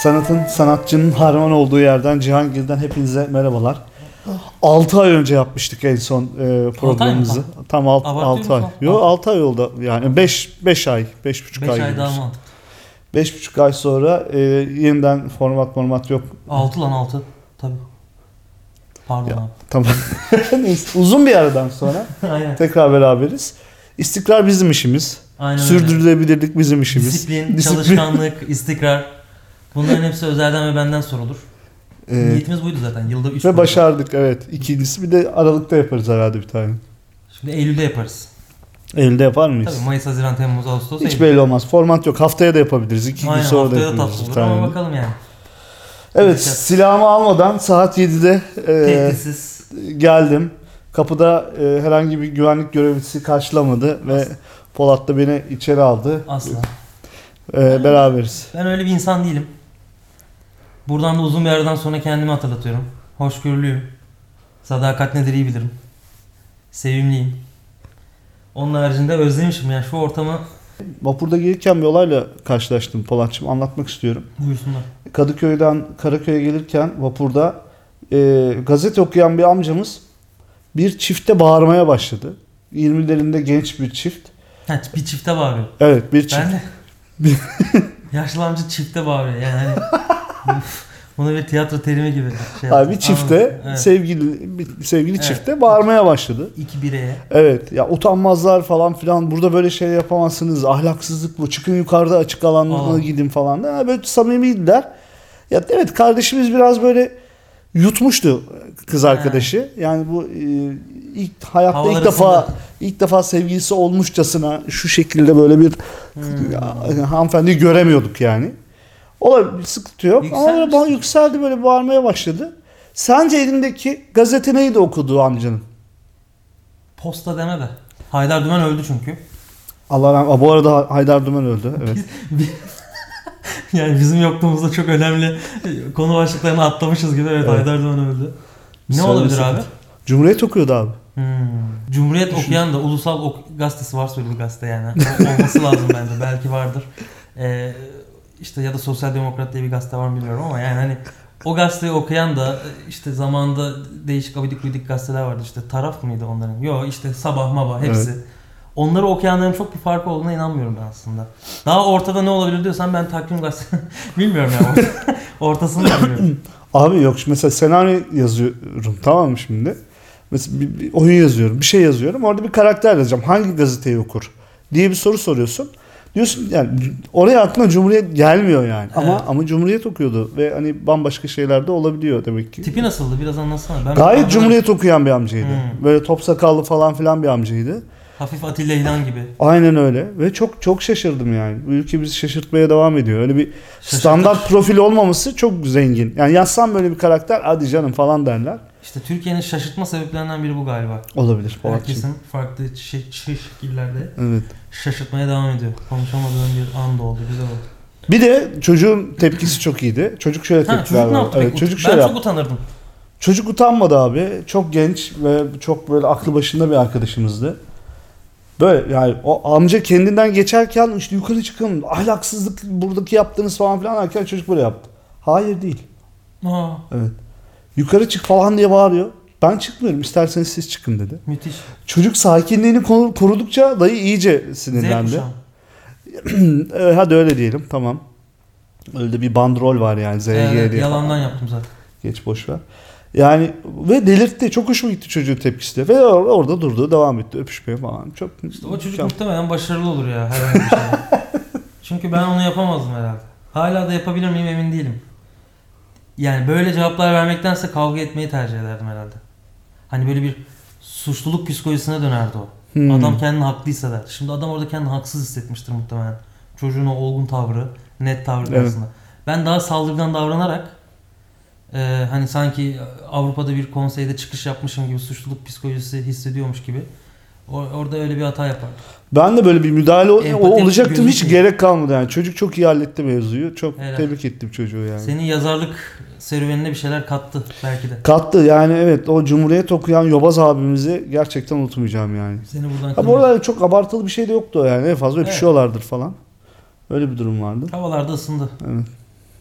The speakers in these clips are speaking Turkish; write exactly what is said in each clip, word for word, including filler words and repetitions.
Sanatın, sanatçının harman olduğu yerden, Cihangir'den hepinize merhabalar. altı ay önce yapmıştık en son e, programımızı. Tam, tam altı ay. Yok altı ay oldu. Yani beş beş ay, beş buçuk ay. beş ay daha mantıklı. beş buçuk ay sonra e, yeniden format format yok. altı lan altı. Tabii. Pardon ya, abi. Tamam. Neyse, uzun bir aradan sonra tekrar beraberiz. İstikrar bizim işimiz. Aynen Sürdürülebilirlik öyle. Bizim işimiz. Disiplin, Disiplin, çalışkanlık, istikrar. Bunların hepsi Özel'den ve benden sorulur. Ee, Niyetimiz buydu zaten. Yılda üç. Ve başardık evet. İkincisi bir de Aralık'ta yaparız herhalde bir tane. Şimdi Eylül'de yaparız. Eylül'de yapar mıyız? Tabii Mayıs, Haziran, Temmuz, Ağustos, Hiç Eylül. belli olmaz. Format yok. Haftaya da yapabiliriz. İki gün sonra da yapabiliriz. Haftaya da tatlı olur ama bakalım yani. Evet, evet silahımı almadan saat yedide e, geldim. Kapıda e, herhangi bir güvenlik görevlisi karşılamadı Asla. Ve Polat da beni içeri aldı. Asla. E, beraberiz. Ben öyle bir insan değilim. Buradan da uzun bir aradan sonra kendimi hatırlatıyorum. Hoşgörülüyüm. Sadakat nedir iyi bilirim. Sevimliyim. Onun haricinde özlemişim yani şu ortamı. Vapurda gelirken bir olayla karşılaştım Polat'cığım. Anlatmak istiyorum. Buyursunlar. Kadıköy'den Karaköy'e gelirken vapurda e, gazete okuyan bir amcamız bir çifte bağırmaya başladı. yirmilerinde genç bir çift. Ha, bir çifte bağırıyor. Evet bir çift. Ben de yaşlı amca çifte bağırıyor yani hani bunu bir tiyatro terimi gibi şey yaptım. Bir çifte evet. sevgili bir sevgili evet. çifte bağırmaya başladı. İki bireye. Evet ya utanmazlar falan filan burada böyle şey yapamazsınız. Ahlaksızlık bu. Çıkın yukarıda açık alanlara gidin falan. Yani böyle samimiydiler. Ya evet kardeşimiz biraz böyle yutmuştu kız arkadaşı. He. Yani bu e, ilk hayatta Havalar ilk defa da. ilk defa sevgilisi olmuşçasına şu şekilde böyle bir hmm. hanımefendiyi göremiyorduk yani. Olabilir bir sıkıntı yok. Yükselmiş. Ama böyle bana yükseldi böyle bağırmaya başladı. Sence elindeki gazete neydi okuduğu amcanın? Posta deme de. Haydar Dümen öldü çünkü. Allah rahmet. Bu arada Haydar Dümen öldü. Evet. Yani bizim yokluğumuzda çok önemli konu başlıklarını atlamışız gibi. Evet, evet. Haydar Dümen öldü. Ne Söyle olabilir abi? Cumhuriyet okuyordu abi. Hmm. Cumhuriyet Düşün. okuyan da ulusal ok- gazetesi varsa öyle bir gazete yani. Olması lazım bence. Belki vardır. Ee, işte ya da Sosyal Demokrat diye bir gazete var mı bilmiyorum ama yani hani o gazeteyi okuyan da işte zamanında değişik abidik gubidik gazeteler vardı. İşte Taraf mıydı onların? Yok işte Sabah Maba hepsi. Evet. Onları okuyanların çok bir farkı olduğuna inanmıyorum ben aslında. Daha ortada ne olabilir diyorsan ben Takvim Gazetesi bilmiyorum ya. Yani. Ortasını bilmiyorum. Abi yok mesela senaryo yazıyorum tamam mı şimdi? Mesela bir, bir oyun yazıyorum, bir şey yazıyorum. Orada bir karakter yazacağım. Hangi gazeteyi okur diye bir soru soruyorsun. Diyorsun yani oraya aklına Cumhuriyet gelmiyor yani. Evet. Ama ama Cumhuriyet okuyordu ve hani bambaşka şeyler de olabiliyor demek ki. Tipi nasıldı? Biraz anlatsana. Ben Gayet Cumhuriyet okuyan bir amcaydı. Hmm. Böyle top sakallı falan filan bir amcaydı. Hafif Atilla İlhan gibi. Aynen öyle ve çok çok şaşırdım yani. Bu ülke bizi şaşırtmaya devam ediyor. Öyle bir Şaşırtır. Standart profil olmaması çok zengin. Yani yazsam böyle bir karakter hadi canım falan derler. İşte Türkiye'nin şaşırtma sebeplerinden biri bu galiba. Olabilir. Herkesin farklı şe- şekillerde evet. şaşırtmaya devam ediyor. Konuşamadığım bir an da oldu. Güzel oldu. Bir de çocuğun tepkisi çok iyiydi. Çocuk şöyle tepkiler var. Evet, çocuk şöyle ben çok utanırdım. Çocuk utanmadı abi. Çok genç ve çok böyle aklı başında bir arkadaşımızdı. Böyle yani o amca kendinden geçerken işte yukarı çıkın ahlaksızlık buradaki yaptığınız falan filan derken çocuk böyle yaptı. Hayır değil. Aa. Evet. Yukarı çık falan diye bağırıyor. Ben çıkmıyorum isterseniz siz çıkın dedi. Müthiş. Çocuk sakinliğini korudukça dayı iyice sinirlendi. Hadi öyle diyelim tamam. Öyle bir bandrol var yani Z G evet, diye. Yalandan falan. Yaptım zaten. Geç boş ver. Yani ve delirtti. Çok hoşuma gitti çocuğun tepkisi de. Ve orada durdu. Devam etti. Öpüşmeye falan. Çok işte o çocuk çok... muhtemelen başarılı olur ya. Herhangi bir şey. Çünkü ben onu yapamazdım herhalde. Hala da yapabilir miyim emin değilim. Yani böyle cevaplar vermektense kavga etmeyi tercih ederdim herhalde. Hani böyle bir suçluluk psikolojisine dönerdi o. Hmm. Adam kendini haklı hissederdi. Şimdi adam orada kendini haksız hissetmiştir muhtemelen. Çocuğun o olgun tavrı, net tavrı karşısında. Evet. Ben daha saldırgan davranarak e, hani sanki Avrupa'da bir konseyde çıkış yapmışım gibi suçluluk psikolojisi hissediyormuş gibi or- orada öyle bir hata yapardım. Ben de böyle bir müdahale Empati olacaktım hiç gerek kalmadı yani. Çocuk çok iyi halletti mevzuyu. Çok Helal. Tebrik ettim çocuğu yani. Senin yazarlık serüvenine bir şeyler kattı belki de. Kattı yani evet o Cumhuriyet okuyan Yobaz abimizi gerçekten unutmayacağım yani. Seni buradan ha, bu arada çok abartılı bir şey de yoktu yani. En fazla öpüşüyorlardır evet. falan. Öyle bir durum vardı. Havalarda ısındı. Evet.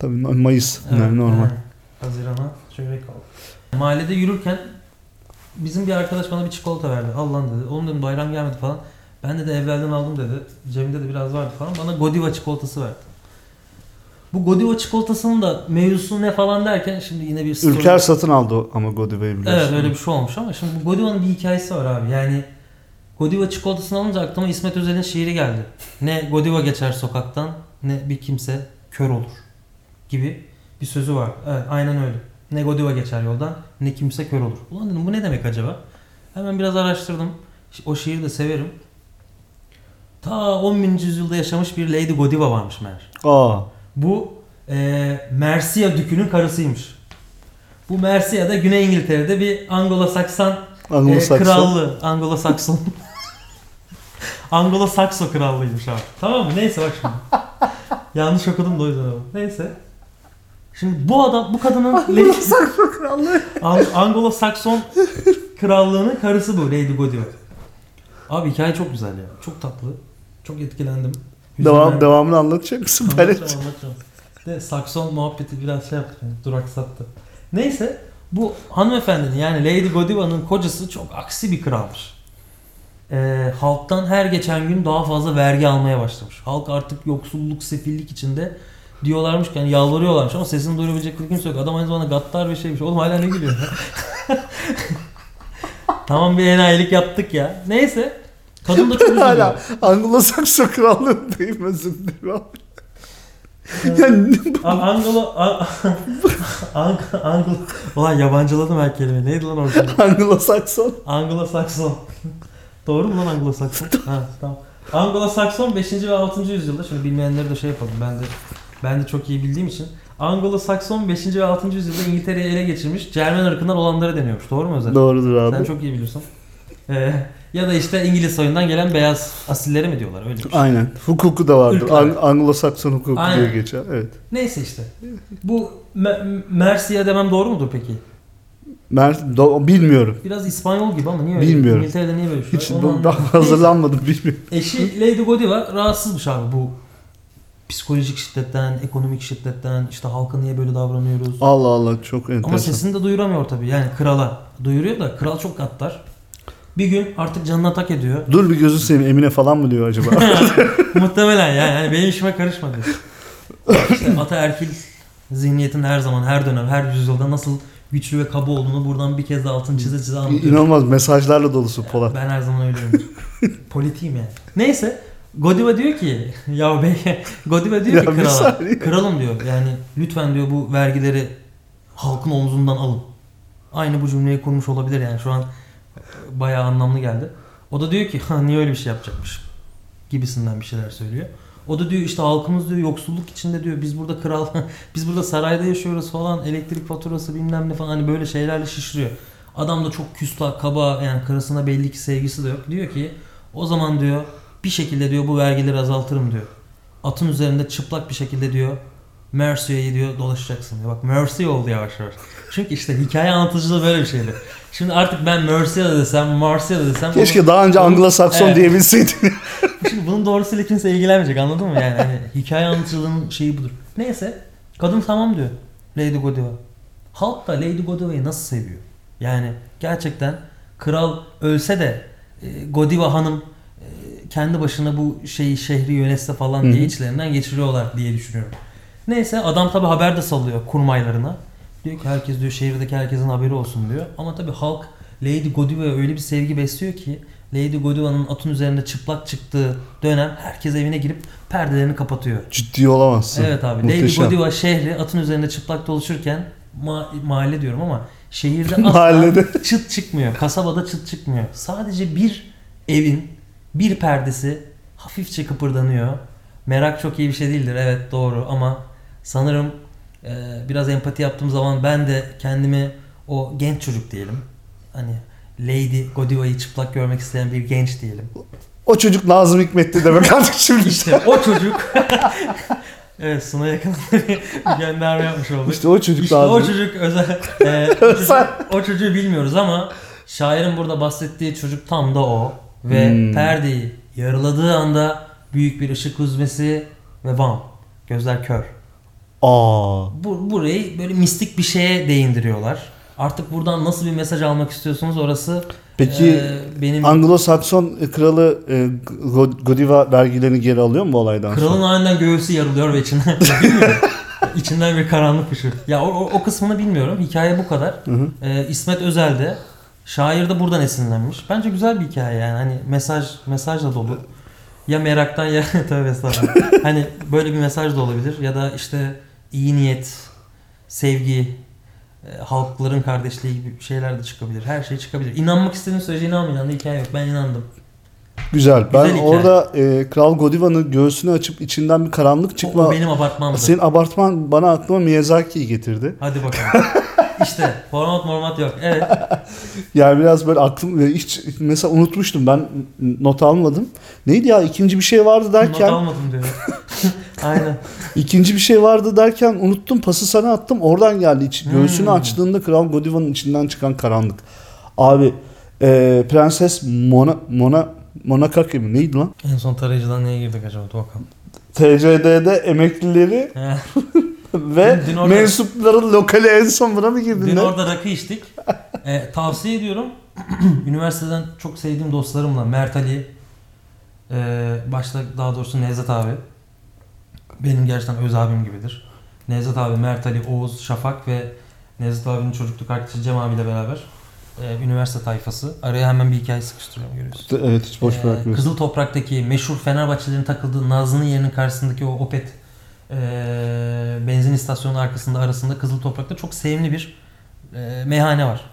Tabii Mayıs. Evet, Yani normal. yani Haziran'a çeyrek kaldı. Mahallede yürürken bizim bir arkadaş bana bir çikolata verdi. Al lan dedi. Oğlum dedim bayram gelmedi falan. Ben de, de evvelden aldım dedi. Cebimde de biraz vardı falan. Bana Godiva çikolatası verdi. Bu Godiva çikolatasının da mevzusu ne falan derken şimdi yine bir story... Ülker satın aldı ama Godiva'yı biliyorsun. Evet öyle bir şey olmuş ama şimdi bu Godiva'nın bir hikayesi var abi. Yani Godiva çikolatasını alınca aklıma İsmet Özel'in şiiri geldi. Ne Godiva geçer sokaktan ne bir kimse kör olur gibi bir sözü var. Evet aynen öyle. Ne Godiva geçer yoldan ne kimse kör olur. Ulan dedim bu ne demek acaba? Hemen biraz araştırdım. O şiiri de severim. Ta on bininci yüzyılda yaşamış bir Lady Godiva varmış meğer. Aa. Bu e, Mercia Dükü'nün karısıymış. Bu Mercia da Güney İngiltere'de bir Anglo-Sakson e, krallığı. Anglo-Sakson. Anglo-Sakso krallığıymış abi. Tamam mı? Neyse bak şimdi. Yanlış okudum da o yüzden ama. Neyse. Şimdi bu adam, bu kadının Anglo-Sakson krallığı. Anglo-Sakson krallığının karısı bu Lady Godiva. Abi hikaye çok güzel ya. Çok tatlı. Çok etkilendim. Devam, devamını anlatacak mısın? Anlatacağım anlatacağım. De Sakson muhabbeti biraz şey yaptı. Yani, duraksattı. Neyse bu hanımefendinin yani Lady Godiva'nın kocası çok aksi bir kraldır. Ee, halktan her geçen gün daha fazla vergi almaya başlamış. Halk artık yoksulluk, sefillik içinde diyorlarmış ki yani yalvarıyorlarmış ama sesini duyurabilecekleri kimse yok. Adam aynı zamanda gaddar bir şeymiş. Oğlum hala ne gülüyor ya? Tamam bir enayilik yaptık ya. Neyse. Kadın da çok üzülüyor. Hala Anglo-Sakson krallığındayım özür dilerim. Yani Anglo Anglo Anglo Ulan yabancıladım her kelime. Neydi lan orada? Anglo-Sakson. Anglo-Sakson. Doğru mu lan Anglo-Sakson? Ha tamam. Anglo-Sakson beşinci ve altıncı yüzyılda şimdi bilmeyenleri de şey yapalım. Ben de ben de çok iyi bildiğim için Anglo-Sakson beşinci ve altıncı yüzyılda İngiltere'yi ele geçirmiş Cermen ırkından olanlara deniyormuş. Doğru mu Özel? Doğrudur abi. Sen çok iyi biliyorsun. Ee, ya da işte İngiliz soyundan gelen beyaz asilleri mi diyorlar öyle bir şey. Aynen. Hukuku da vardır. Irklar. Ang- Anglo-Sakson hukuku Aynen. diye geçer. Evet. Neyse işte. Bu Me- Mercia demem doğru mudur peki? Mer- do- bilmiyorum. Biraz İspanyol gibi ama niye öyle? Bilmiyorum. İngiltere'de niye böyle bir şey Hiç var? Onu bu- anlamadım. daha hazırlanmadım bilmiyorum. Eşi Lady Godiva rahatsızmış abi bu psikolojik şiddetten, ekonomik şiddetten, işte halka niye böyle davranıyoruz. Allah Allah çok enteresan. Ama sesini de duyuramıyor tabii. Yani krala duyuruyor da kral çok gaddar. Bir gün artık canına tak ediyor. Dur bir gözü seveyim Emine falan mı diyor acaba? Muhtemelen yani. yani benim işime karışma diyor. İşte ataerkil zihniyetin her zaman, her dönem, her yüzyılda nasıl güçlü ve kaba olduğunu buradan bir kez daha altını çize çize anlatıyorum. İnanılmaz mesajlarla dolusu Polat. Ben her zaman öyleyim. Politiyim yani. Neyse. Godiva diyor ki ya bey Godiva diyor Ya ki bir krala saniye. kralım diyor yani lütfen diyor bu vergileri halkın omzundan alın. Aynı bu cümleyi kurmuş olabilir yani şu an bayağı anlamlı geldi. O da diyor ki ha niye öyle bir şey yapacakmış gibisinden bir şeyler söylüyor. O da diyor işte halkımız diyor yoksulluk içinde diyor biz burada kral biz burada sarayda yaşıyoruz falan elektrik faturası bilmem ne falan hani böyle şeylerle şişiriyor. Adam da çok küstah kaba yani karısına belli ki sevgisi de yok. Diyor ki o zaman diyor bir şekilde diyor bu vergileri azaltırım diyor. Atın üzerinde çıplak bir şekilde diyor Mercia'yı diyor dolaşacaksın diyor. Bak Mercia oldu yavaş yavaş. Çünkü işte hikaye anlatıcılığı böyle bir şeydi. Şimdi artık ben Mercia da desem, Marcia da desem. Keşke bunu, daha önce bunu, Anglo-Sakson evet. diyebilseydin. Şimdi bunun doğrusuyla kimse ilgilenmeyecek anladın mı? Yani hani hikaye anlatıcılığının şeyi budur. Neyse kadın tamam diyor Lady Godiva. Halk da Lady Godiva'yı nasıl seviyor? Yani gerçekten kral ölse de e, Godiva hanım e, kendi başına bu şeyi şehri yönetse falan diye Hı-hı. içlerinden geçiriyorlar diye düşünüyorum. Neyse adam tabi haber de sallıyor kurmaylarına. Diyor ki herkes diyor şehirdeki herkesin haberi olsun diyor. Ama tabi halk Lady Godiva'ya öyle bir sevgi besliyor ki Lady Godiva'nın atın üzerinde çıplak çıktığı dönem herkes evine girip perdelerini kapatıyor. Ciddi olamazsın. Evet abi. Muhteşem. Lady Godiva şehri atın üzerinde çıplak dolaşırken ma- mahalle diyorum ama şehirde asla Mahallede. çıt çıkmıyor. Kasabada çıt çıkmıyor. Sadece bir evin bir perdesi hafifçe kıpırdanıyor. Merak çok iyi bir şey değildir. Evet doğru ama sanırım e, biraz empati yaptığım zaman ben de kendimi o genç çocuk diyelim. Hani Lady Godiva'yı çıplak görmek isteyen bir genç diyelim. O çocuk Nazım Hikmet'ti demek kardeşim. İşte o çocuk evet Suna yakın bir gönderme yapmış olduk. İşte o çocuk İşte Nazım. o çocuk özel e, o, çocuk, o çocuğu bilmiyoruz ama şairin burada bahsettiği çocuk tam da o ve Hmm. perdeyi yarıladığı anda büyük bir ışık hüzmesi ve bam gözler kör. Aa. Bu, burayı böyle mistik bir şeye değindiriyorlar. Artık buradan nasıl bir mesaj almak istiyorsunuz orası Peki e, benim... Anglo-Sakson kralı e, Godiva vergilerini geri alıyor mu bu olaydan Kralın sonra? aniden göğsü yarılıyor ve içinden bilmiyorum. İçinden bir karanlık fışır. Ya o, o, o kısmını bilmiyorum. Hikaye bu kadar. Hı hı. Ee, İsmet Özel de şair de buradan esinlenmiş. Bence güzel bir hikaye yani. Hani mesaj mesajla dolu. Ya meraktan ya tövbe estağfurullah. Hani böyle bir mesaj da olabilir ya da işte iyi niyet, sevgi, e, halkların kardeşliği gibi şeyler de çıkabilir. Her şey çıkabilir. İnanmak istediğin sürece inanmayın. Yani hikaye yok. Ben inandım. Güzel. Ben Güzel hikaye. orada e, Kral Godiva'nın göğsünü açıp içinden bir karanlık çıkma. O, o benim abartmamdı. Senin abartman bana aklıma Miyazaki'yi getirdi. Hadi bakalım. İşte format format yok. Evet. Yani biraz böyle aklım hiç mesela unutmuştum, ben not almadım. Neydi ya, ikinci bir şey vardı derken. Not almadım diyor. Aynen. İkinci bir şey vardı derken unuttum, pası sana attım, oradan geldi. İç, Hmm. göğsünü açtığında Kral Godiva'nın içinden çıkan karanlık. Abi e, Prenses Mona Mona Monakake mi neydi lan? En son tarayıcıdan neye girdik acaba? Dur bakalım. T C D'de emeklileri ve Dün- dün orada- mensupların lokali en son buna mı girdin? Dün lan? orada rakı içtik. Ee, tavsiye ediyorum. Üniversiteden çok sevdiğim dostlarımla Mert Ali, e, başta daha doğrusu Nevzat abi. Benim gerçekten öz abim gibidir. Nevzat abi, Mert Ali, Oğuz, Şafak ve Nevzat abinin çocukluk arkadaşı Cem abiyle beraber e, üniversite tayfası. Araya hemen bir hikaye sıkıştırıyorum, görüyorsun. Evet, hiç boş Ee, bırakmıyorsun. Kızıl Toprak'taki meşhur Fenerbahçelilerin takıldığı Nazlı'nın yerinin karşısındaki o Opet e, benzin istasyonu arkasında arasında Kızıl Toprak'ta çok sevimli bir e, meyhane var.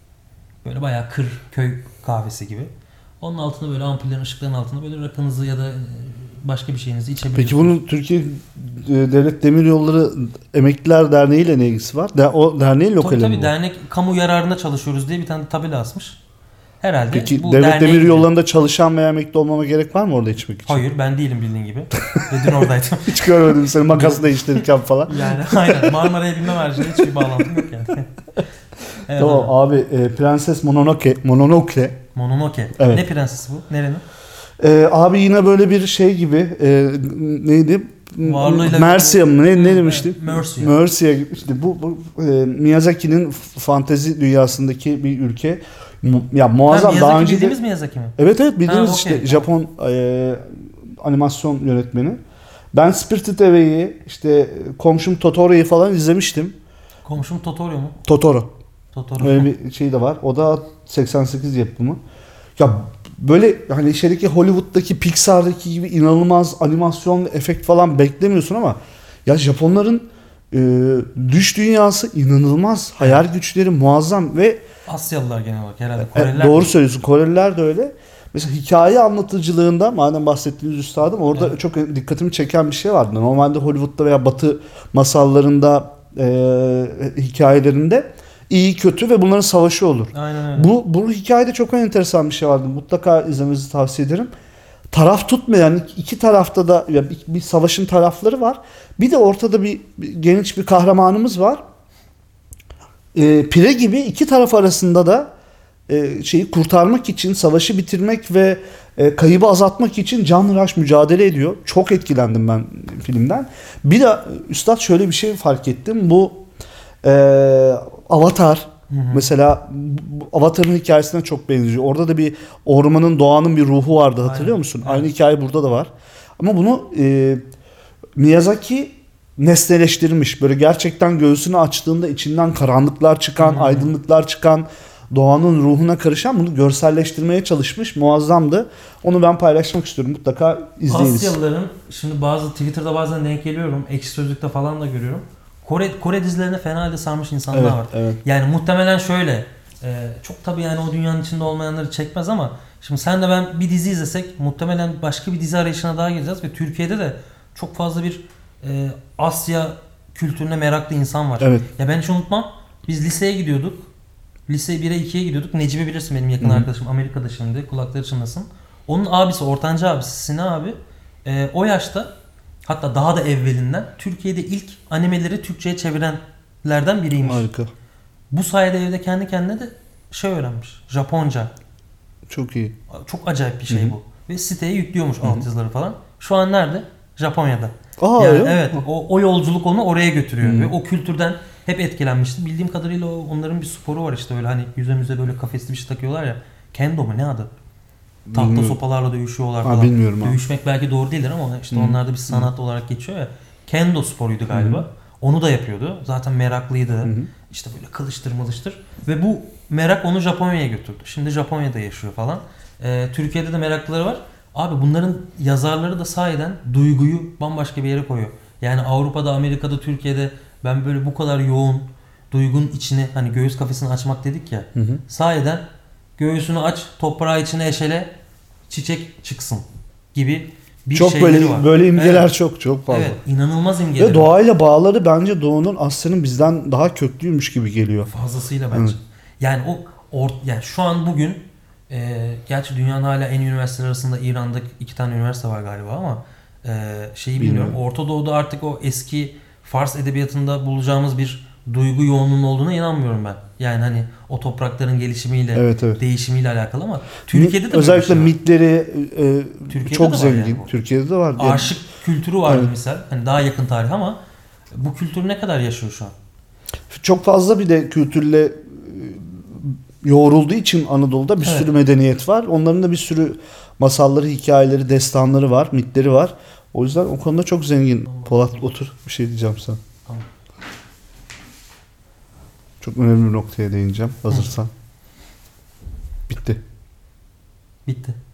Böyle bayağı kır, köy kahvesi gibi. Onun altında böyle ampullerin ışıkların altında böyle rakınızı ya da e, başka bir şeyinizi içebiliyorsunuz. Peki bunun Türkiye e, Devlet Demiryolları Emekliler Derneği ile ne ilgisi var? De, o derneğin lokali Tabii mi tabii bu? dernek kamu yararına çalışıyoruz diye bir tane tabela asmış. Herhalde Peki bu Devlet derneğe Demiryolları'nda çalışan veya emekli olmama gerek var mı orada içmek için? Hayır, ben değilim bildiğin gibi. Ve dün oradaydım. Hiç görmedim seni makas değiştirirken falan. Yani aynen Marmara'ya binmem haricinde hiçbir bağlantım yok yani. Evet, Tamam abi, e, Prenses Mononoke, Mononoke. Mononoke. Evet. Ne prensesi bu? Nerenin? E, abi yine böyle bir şey gibi, e, neydi? Varlığıyla- Mercia mı? Ne, ne demişti? Mercia. Mercia. İşte bu, bu e, Miyazaki'nin fantezi dünyasındaki bir ülke. Mu- Ya muazzam, Ha, daha Miyazaki önce de... bildiğimiz Miyazaki mi? Evet evet, bildiğiniz Ha, işte okey. Japon e, animasyon yönetmeni. Ben Spirited Away'i, işte Komşum Totoro'yu falan izlemiştim. Komşum Totoro mu? Totoro. Totoro. Öyle bir şey de var. O da seksen sekiz yapımı. Ya böyle hani şeydeki Hollywood'daki Pixar'daki gibi inanılmaz animasyon efekt falan beklemiyorsun ama ya Japonların e, düş dünyası inanılmaz. Hayal güçleri muazzam ve Asyalılar genel olarak herhalde. e, Koreliler doğru mi? söylüyorsun. Koreliler de öyle. Mesela hikaye anlatıcılığında, madem bahsettiğiniz üstadım, orada Evet. çok dikkatimi çeken bir şey vardı. Normalde Hollywood'da veya Batı masallarında, e, hikayelerinde iyi kötü ve bunların savaşı olur. Aynen öyle. Bu, bu hikayede çok enteresan bir şey vardı. Mutlaka izlemenizi tavsiye ederim. Taraf tutmayan, iki tarafta da ya bir, bir savaşın tarafları var. Bir de ortada bir, bir genç bir kahramanımız var. E, pire gibi iki taraf arasında da e, şeyi kurtarmak için, savaşı bitirmek ve e, kaybı azaltmak için canhıraş mücadele ediyor. Çok etkilendim ben filmden. Bir de üstad şöyle bir şey fark ettim. Bu e, Avatar Hı hı. mesela, bu Avatar'ın hikayesine çok benziyor. Orada da bir ormanın, doğanın bir ruhu vardı, hatırlıyor Aynen. musun? Evet. Aynı hikaye burada da var. Ama bunu e, Miyazaki nesneleştirmiş. Böyle gerçekten göğsünü açtığında içinden karanlıklar çıkan, Hı. aydınlıklar çıkan, doğanın ruhuna karışan, bunu görselleştirmeye çalışmış. Muazzamdı. Onu ben paylaşmak istiyorum. Mutlaka izleyiniz. Asyalıların şimdi bazı Twitter'da bazen denk geliyorum. Ekşi Sözlük'te falan da görüyorum. Kore Kore dizilerine fena halde sarmış insanlar Evet, var. evet. Yani muhtemelen şöyle e, çok tabii yani o dünyanın içinde olmayanları çekmez ama şimdi sen de ben bir dizi izlesek muhtemelen başka bir dizi arayışına daha gireceğiz ve Türkiye'de de çok fazla bir e, Asya kültürüne meraklı insan var. Evet. Ya ben hiç unutmam. Biz liseye gidiyorduk. Lise bire ikiye gidiyorduk. Necip'i bilirsin, benim yakın Hı hı. arkadaşım. Amerika'da şimdi. Kulakları çınlasın. Onun abisi, ortanca abisi Sina abi e, o yaşta, hatta daha da evvelinden Türkiye'de ilk animeleri Türkçe'ye çevirenlerden biriymiş. Harika. Bu sayede evde kendi kendine de şey öğrenmiş. Japonca. Çok iyi. Çok acayip bir şey Hı hı. bu. Ve siteye yüklüyormuş Hı hı. altyazıları falan. Şu an nerede? Japonya'da. Aa, Yani öyle mi? evet, o, o yolculuk onu oraya götürüyor Hmm. ve o kültürden hep etkilenmişti. Bildiğim kadarıyla o, onların bir sporu var işte, öyle hani yüze müze böyle kafesli bir şey takıyorlar ya. Kendo mu ne adı? Tahta Bilmiyorum. sopalarla dövüşüyorlar Ha, falan. bilmiyorum abi. Dövüşmek belki doğru değildir ama işte Hmm. onlarda bir sanat olarak geçiyor ya. Kendo sporuydu galiba. Hı hı. Onu da yapıyordu. Zaten meraklıydı. Hı hı. İşte böyle kılıçtır mılıçtır. Ve bu merak onu Japonya'ya götürdü. Şimdi Japonya'da yaşıyor falan. Ee, Türkiye'de de meraklıları var. Abi bunların yazarları da sahiden duyguyu bambaşka bir yere koyuyor. Yani Avrupa'da, Amerika'da, Türkiye'de ben böyle bu kadar yoğun duygunun içine, hani göğüs kafesini açmak dedik ya. Hı hı. Sahiden göğsünü aç, toprağı içine eşele, çiçek çıksın gibi bir Çok şeyleri böyle var. böyle imgeler Evet. çok çok fazla. Evet, inanılmaz imgeleri Ve doğayla bağları bence Doğu'nun Asya'nın bizden daha köklüymüş gibi geliyor. var. Fazlasıyla bence. Evet. Yani o or, yani şu an bugün e, gerçi dünyanın hala en iyi üniversiteler arasında İran'da iki tane üniversite var galiba ama e, şeyi bilmiyorum. Bilmiyorum. Orta Doğu'da artık o eski Fars edebiyatında bulacağımız bir duygu yoğunluğunun olduğuna inanmıyorum ben. Yani hani o toprakların gelişimiyle, Evet, evet. değişimiyle alakalı ama Türkiye'de de böyle özellikle bir şey var. mitleri e, Türkiye'de çok de var zengin. yani bu. Türkiye'de de var. Yani Aşık kültürü vardı Evet. misal. Hani daha yakın tarih ama bu kültür ne kadar yaşıyor şu an? çok fazla bir de kültürle e, yoğrulduğu için Anadolu'da bir Evet. sürü medeniyet var. Onların da bir sürü masalları, hikayeleri, destanları var, mitleri var. O yüzden o konuda çok zengin. Polat otur, bir şey diyeceğim sana. Tamam. Çok önemli bir noktaya değineceğim hazırsan. Bitti. Bitti.